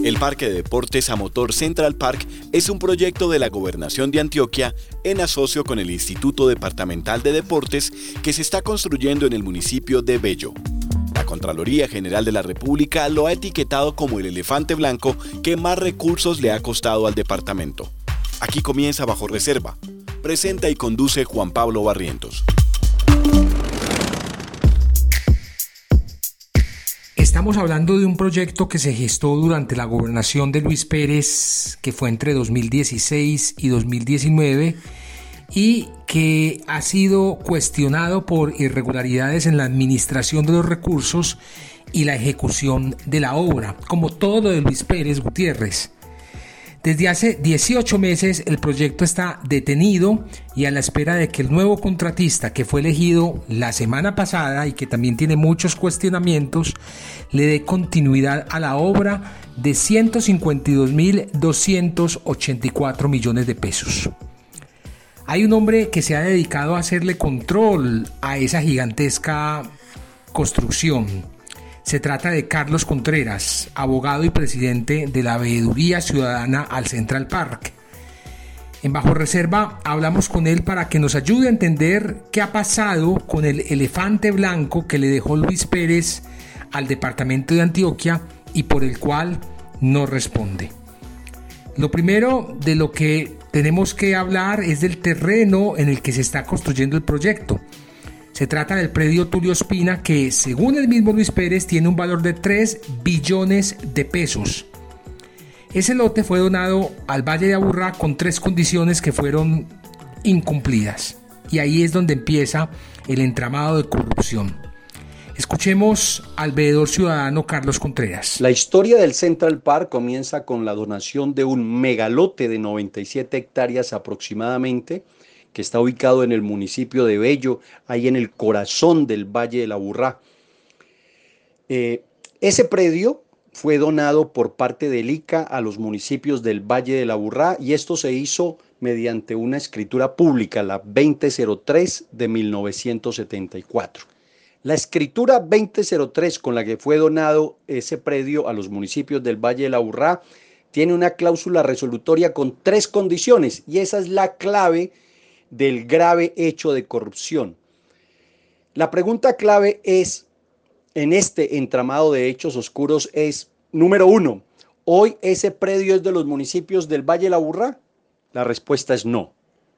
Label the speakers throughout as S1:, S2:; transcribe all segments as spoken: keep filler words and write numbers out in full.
S1: El Parque de Deportes a Motor Central Park es un proyecto de la Gobernación de Antioquia en asocio con el Instituto Departamental de Deportes que se está construyendo en el municipio de Bello. La Contraloría General de la República lo ha etiquetado como el elefante blanco que más recursos le ha costado al departamento. Aquí comienza Bajo Reserva. Presenta y conduce Juan Pablo Barrientos.
S2: Estamos hablando de un proyecto que se gestó durante la gobernación de Luis Pérez, que fue entre dos mil dieciséis y dos mil diecinueve, y que ha sido cuestionado por irregularidades en la administración de los recursos y la ejecución de la obra, como todo lo de Luis Pérez Gutiérrez. Desde hace dieciocho meses el proyecto está detenido y a la espera de que el nuevo contratista, que fue elegido la semana pasada y que también tiene muchos cuestionamientos, le dé continuidad a la obra de ciento cincuenta y dos mil doscientos ochenta y cuatro millones de pesos. Hay un hombre que se ha dedicado a hacerle control a esa gigantesca construcción. Se trata de Carlos Contreras, abogado y presidente de la Veeduría Ciudadana al Central Park. En Bajo Reserva hablamos con él para que nos ayude a entender qué ha pasado con el elefante blanco que le dejó Luis Pérez al departamento de Antioquia y por el cual no responde. Lo primero de lo que tenemos que hablar es del terreno en el que se está construyendo el proyecto. Se trata del predio Tulio Ospina, que según el mismo Luis Pérez tiene un valor de tres billones de pesos. Ese lote fue donado al Valle de Aburrá con tres condiciones que fueron incumplidas. Y ahí es donde empieza el entramado de corrupción. Escuchemos al veedor ciudadano Carlos Contreras.
S3: La historia del Central Park comienza con la donación de un megalote de noventa y siete hectáreas aproximadamente, que está ubicado en el municipio de Bello, ahí en el corazón del Valle de Aburrá. Eh, ese predio fue donado por parte del I C A a los municipios del Valle de Aburrá y esto se hizo mediante una escritura pública, la veinte cero tres de mil novecientos setenta y cuatro. La escritura veinte cero tres con la que fue donado ese predio a los municipios del Valle de Aburrá tiene una cláusula resolutoria con tres condiciones y esa es la clave del grave hecho de corrupción. La pregunta clave es, en este entramado de hechos oscuros, es, número uno, ¿hoy ese predio es de los municipios del Valle de Aburrá? La respuesta es no.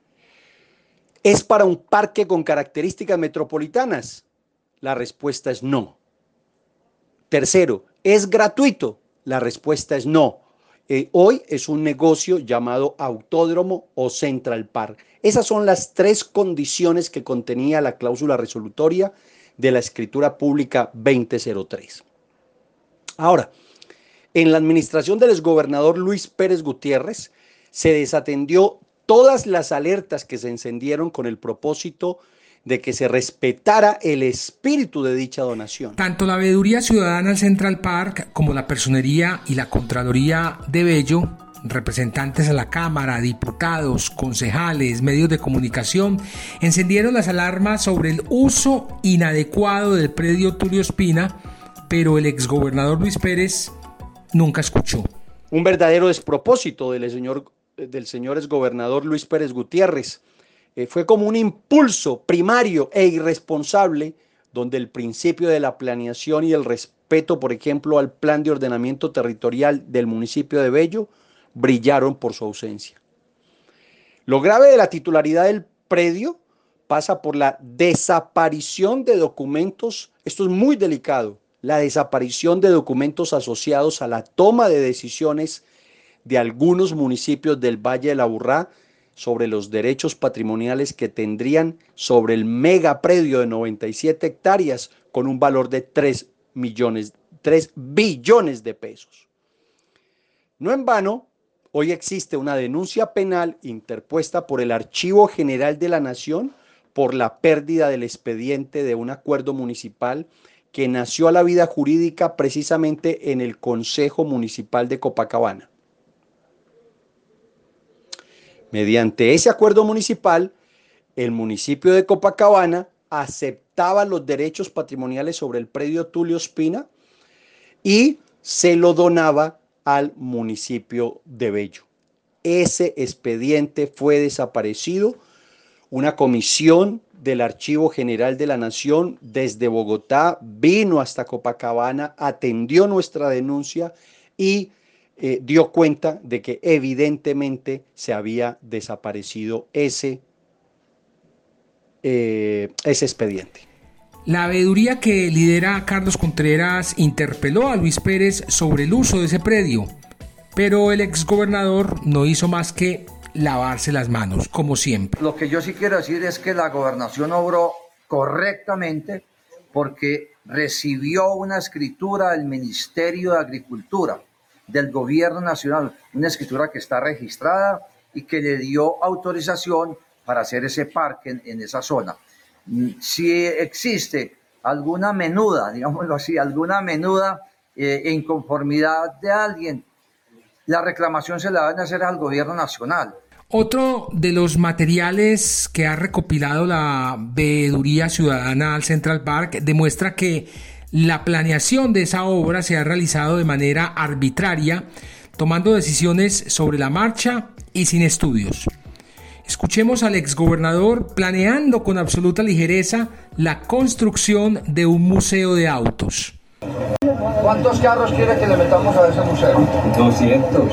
S3: ¿Es para un parque con características metropolitanas? La respuesta es no. Tercero, ¿es gratuito? La respuesta es no. Eh, hoy es un negocio llamado Autódromo o Central Park. Esas son las tres condiciones que contenía la cláusula resolutoria de la escritura pública veinte cero tres. Ahora, en la administración del exgobernador Luis Pérez Gutiérrez se desatendió todas las alertas que se encendieron con el propósito de que se respetara el espíritu de dicha donación.
S2: Tanto la Veeduría Ciudadana al Central Park como la Personería y la Contraloría de Bello, representantes a la Cámara, diputados, concejales, medios de comunicación, encendieron las alarmas sobre el uso inadecuado del predio Tulio Ospina, pero el exgobernador Luis Pérez nunca escuchó.
S3: Un verdadero despropósito del señor, del señor exgobernador Luis Pérez Gutiérrez. Eh, fue como un impulso primario e irresponsable donde el principio de la planeación y el respeto, por ejemplo, al plan de ordenamiento territorial del municipio de Bello, brillaron por su ausencia. Lo grave de la titularidad del predio pasa por la desaparición de documentos, esto es muy delicado, la desaparición de documentos asociados a la toma de decisiones de algunos municipios del Valle de Aburrá sobre los derechos patrimoniales que tendrían sobre el megapredio de noventa y siete hectáreas con un valor de tres millones, tres billones de pesos. No en vano, hoy existe una denuncia penal interpuesta por el Archivo General de la Nación por la pérdida del expediente de un acuerdo municipal que nació a la vida jurídica precisamente en el Consejo Municipal de Copacabana. Mediante ese acuerdo municipal, el municipio de Copacabana aceptaba los derechos patrimoniales sobre el predio Tulio Ospina y se lo donaba al municipio de Bello. Ese expediente fue desaparecido. Una comisión del Archivo General de la Nación desde Bogotá vino hasta Copacabana, atendió nuestra denuncia y eh, dio cuenta de que evidentemente se había desaparecido ese, eh, ese expediente.
S2: La veeduría que lidera Carlos Contreras interpeló a Luis Pérez sobre el uso de ese predio, pero el exgobernador no hizo más que lavarse las manos, como siempre.
S4: Lo que yo sí quiero decir es que la gobernación obró correctamente porque recibió una escritura del Ministerio de Agricultura, del Gobierno Nacional, una escritura que está registrada y que le dio autorización para hacer ese parque en, en esa zona. Si existe alguna menuda, digámoslo así, alguna menuda eh, inconformidad de alguien, la reclamación se la van a hacer al Gobierno Nacional.
S2: Otro de los materiales que ha recopilado la Veeduría Ciudadana al Central Park demuestra que la planeación de esa obra se ha realizado de manera arbitraria, tomando decisiones sobre la marcha y sin estudios. Escuchemos al exgobernador planeando con absoluta ligereza la construcción de un museo de autos.
S4: ¿Cuántos carros quiere que le metamos a ese museo?
S5: doscientos.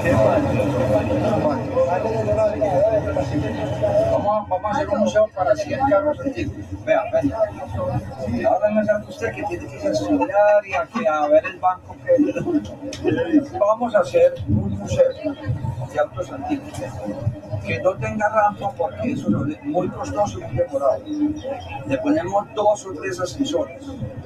S4: Vamos, vamos a hacer un museo para cien carros antiguos. Vea, vea. Ahora me sabe usted que tiene que estudiar y a, que a ver el banco que... Vamos a hacer un museo de autos antiguos que no tenga rampa porque eso es muy costoso y muy demorado. Le ponemos dos o tres ascensores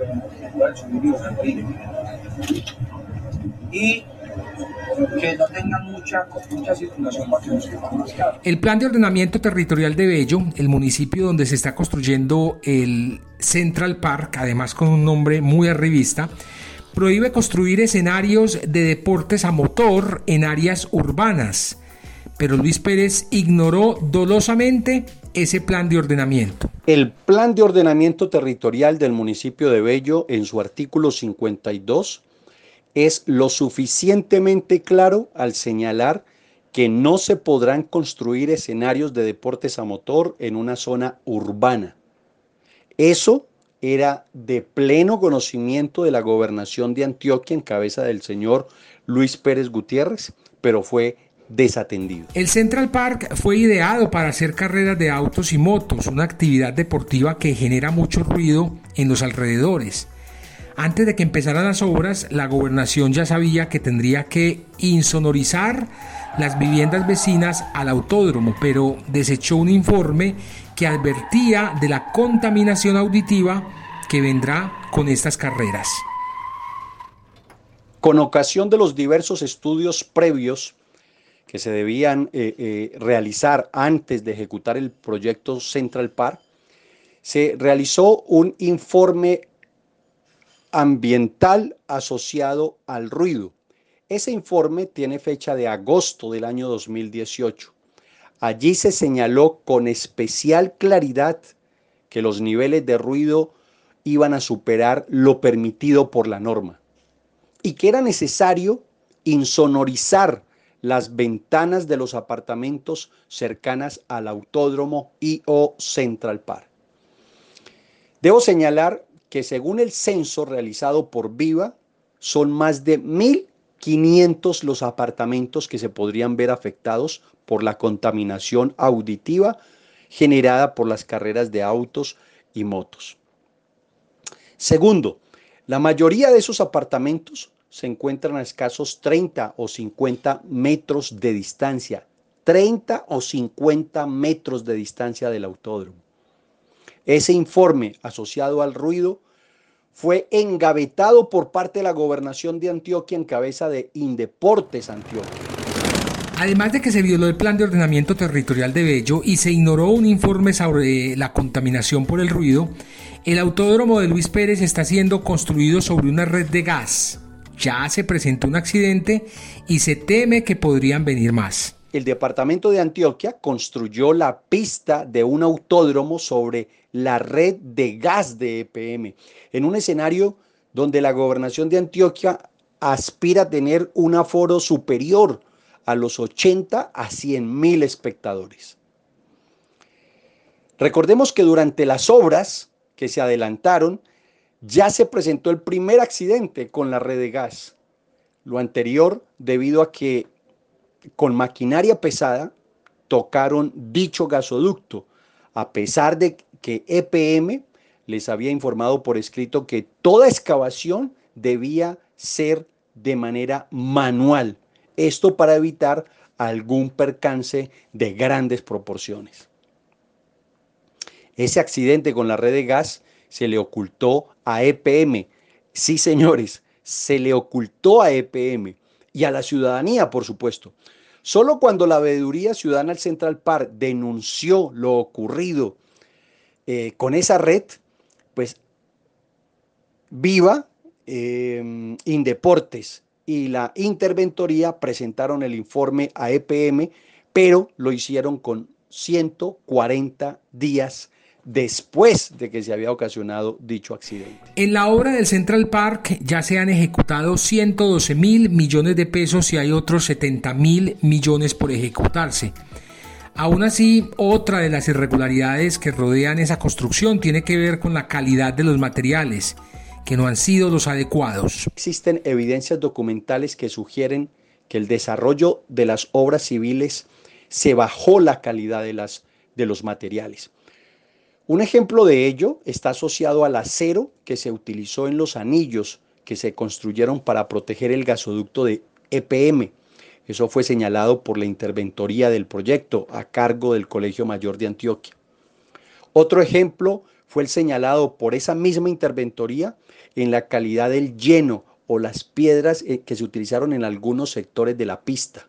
S4: y que no tengan mucha, mucha circulación para que no sea más caro.
S2: El plan de ordenamiento territorial de Bello, el municipio donde se está construyendo el Central Park, además con un nombre muy arribista, prohíbe construir escenarios de deportes a motor en áreas urbanas. Pero Luis Pérez ignoró dolosamente ese plan de ordenamiento.
S3: El plan de ordenamiento territorial del municipio de Bello, en su artículo cincuenta y dos, es lo suficientemente claro al señalar que no se podrán construir escenarios de deportes a motor en una zona urbana. Eso era de pleno conocimiento de la gobernación de Antioquia en cabeza del señor Luis Pérez Gutiérrez, pero fue desatendido.
S2: El Central Park fue ideado para hacer carreras de autos y motos, una actividad deportiva que genera mucho ruido en los alrededores. Antes de que empezaran las obras, la gobernación ya sabía que tendría que insonorizar las viviendas vecinas al autódromo, pero desechó un informe que advertía de la contaminación auditiva que vendrá con estas carreras.
S3: Con ocasión de los diversos estudios previos que se debían eh, eh, realizar antes de ejecutar el proyecto Central Park, se realizó un informe ambiental asociado al ruido. Ese informe tiene fecha de agosto del año dos mil dieciocho. Allí se señaló con especial claridad que los niveles de ruido iban a superar lo permitido por la norma y que era necesario insonorizar las ventanas de los apartamentos cercanas al autódromo y o Central Park. Debo señalar que según el censo realizado por Viva, son más de mil quinientos los apartamentos que se podrían ver afectados por la contaminación auditiva generada por las carreras de autos y motos. Segundo, la mayoría de esos apartamentos se encuentran a escasos treinta o cincuenta metros de distancia, treinta o cincuenta metros de distancia del autódromo. Ese informe asociado al ruido fue engavetado por parte de la gobernación de Antioquia en cabeza de Indeportes Antioquia.
S2: Además de que se violó el plan de ordenamiento territorial de Bello y se ignoró un informe sobre la contaminación por el ruido, el autódromo de Luis Pérez está siendo construido sobre una red de gas. Ya se presentó un accidente y se teme que podrían venir más.
S3: El departamento de Antioquia construyó la pista de un autódromo sobre la red de gas de E P M, en un escenario donde la gobernación de Antioquia aspira a tener un aforo superior a los ochenta a cien mil espectadores. Recordemos que durante las obras que se adelantaron, ya se presentó el primer accidente con la red de gas. Lo anterior debido a que con maquinaria pesada tocaron dicho gasoducto, a pesar de que E P M les había informado por escrito que toda excavación debía ser de manera manual. Esto para evitar algún percance de grandes proporciones. Ese accidente con la red de gas se le ocultó a E P M. Sí, señores, se le ocultó a E P M y a la ciudadanía, por supuesto. Solo cuando la Veeduría Ciudadana del Central Park denunció lo ocurrido eh, con esa red, pues Viva, eh, Indeportes y la Interventoría presentaron el informe a E P M, pero lo hicieron con ciento cuarenta días después de que se había ocasionado dicho accidente.
S2: En la obra del Central Park ya se han ejecutado ciento doce mil millones de pesos y hay otros setenta mil millones por ejecutarse. Aún así, otra de las irregularidades que rodean esa construcción tiene que ver con la calidad de los materiales, que no han sido los adecuados.
S3: Existen evidencias documentales que sugieren que el desarrollo de las obras civiles se bajó la calidad de, las, de los materiales. Un ejemplo de ello está asociado al acero que se utilizó en los anillos que se construyeron para proteger el gasoducto de E P M. Eso fue señalado por la interventoría del proyecto a cargo del Colegio Mayor de Antioquia. Otro ejemplo fue el señalado por esa misma interventoría en la calidad del lleno o las piedras que se utilizaron en algunos sectores de la pista.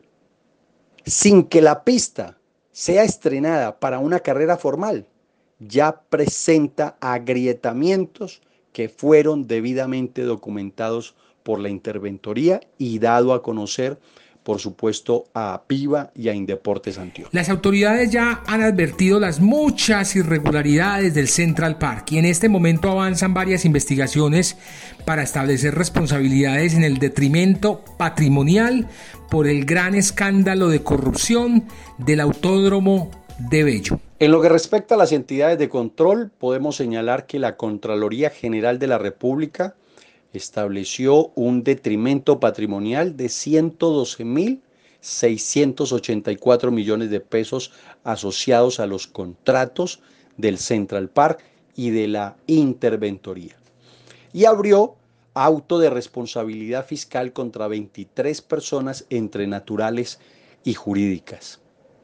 S3: Sin que la pista sea estrenada para una carrera formal, ya presenta agrietamientos que fueron debidamente documentados por la interventoría y dado a conocer, por supuesto, a Viva y a Indeportes Antioquia.
S2: Las autoridades ya han advertido las muchas irregularidades del Central Park y en este momento avanzan varias investigaciones para establecer responsabilidades en el detrimento patrimonial por el gran escándalo de corrupción del Autódromo de Bello.
S3: En lo que respecta a las entidades de control, podemos señalar que la Contraloría General de la República estableció un detrimento patrimonial de ciento doce mil seiscientos ochenta y cuatro millones de pesos asociados a los contratos del Central Park y de la Interventoría. Y abrió auto de responsabilidad fiscal contra veintitrés personas entre naturales y jurídicas.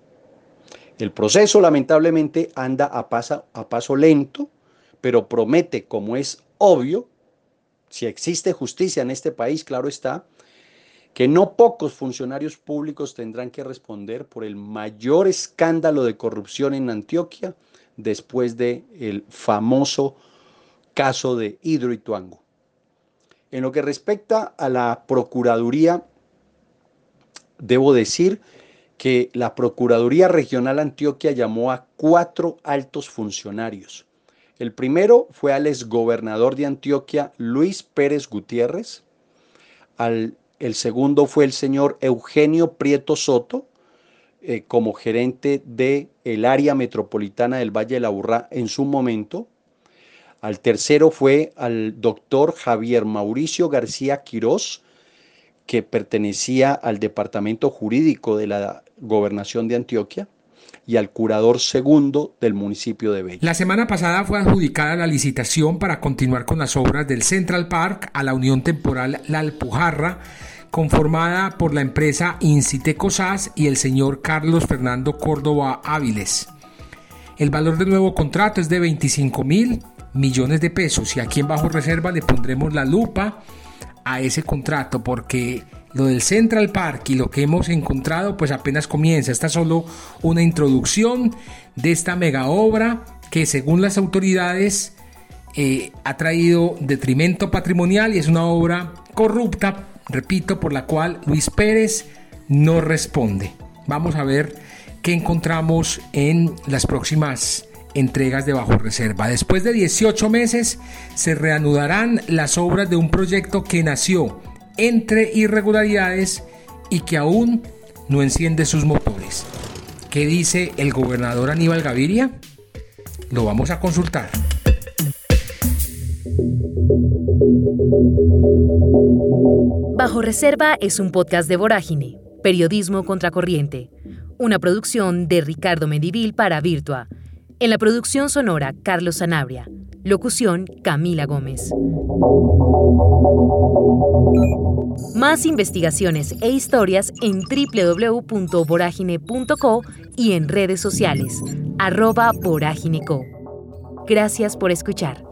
S3: El proceso lamentablemente anda a paso, a paso lento, pero promete, como es obvio, si existe justicia en este país, claro está, que no pocos funcionarios públicos tendrán que responder por el mayor escándalo de corrupción en Antioquia después del famoso caso de Hidroituango. En lo que respecta a la Procuraduría, debo decir que la Procuraduría Regional Antioquia llamó a cuatro altos funcionarios. El primero fue al exgobernador de Antioquia, Luis Pérez Gutiérrez. Al, el segundo fue el señor Eugenio Prieto Soto, eh, como gerente del área metropolitana del Valle de la Aburrá en su momento. Al tercero fue al doctor Javier Mauricio García Quirós, que pertenecía al departamento jurídico de la gobernación de Antioquia, y al curador segundo del municipio de Bello.
S2: La semana pasada fue adjudicada la licitación para continuar con las obras del Central Park a la Unión Temporal La Alpujarra, conformada por la empresa Inciteco S A S y el señor Carlos Fernando Córdoba Áviles. El valor del nuevo contrato es de veinticinco mil millones de pesos y aquí en Bajo Reserva le pondremos la lupa a ese contrato porque lo del Central Park y lo que hemos encontrado pues apenas comienza. Esta es solo una introducción de esta mega obra que según las autoridades eh, ha traído detrimento patrimonial y es una obra corrupta, repito, por la cual Luis Pérez no responde. Vamos a ver qué encontramos en las próximas entregas de Bajo Reserva. Después de dieciocho meses se reanudarán las obras de un proyecto que nació entre irregularidades y que aún no enciende sus motores. ¿Qué dice el gobernador Aníbal Gaviria? Lo vamos a consultar.
S5: Bajo Reserva es un podcast de Vorágine, Periodismo Contracorriente, una producción de Ricardo Medivil para Virtua. En la producción sonora, Carlos Sanabria. Locución, Camila Gómez. Más investigaciones e historias en doble u doble u doble u punto vorágine punto co y en redes sociales, arroba vorágineco. Gracias por escuchar.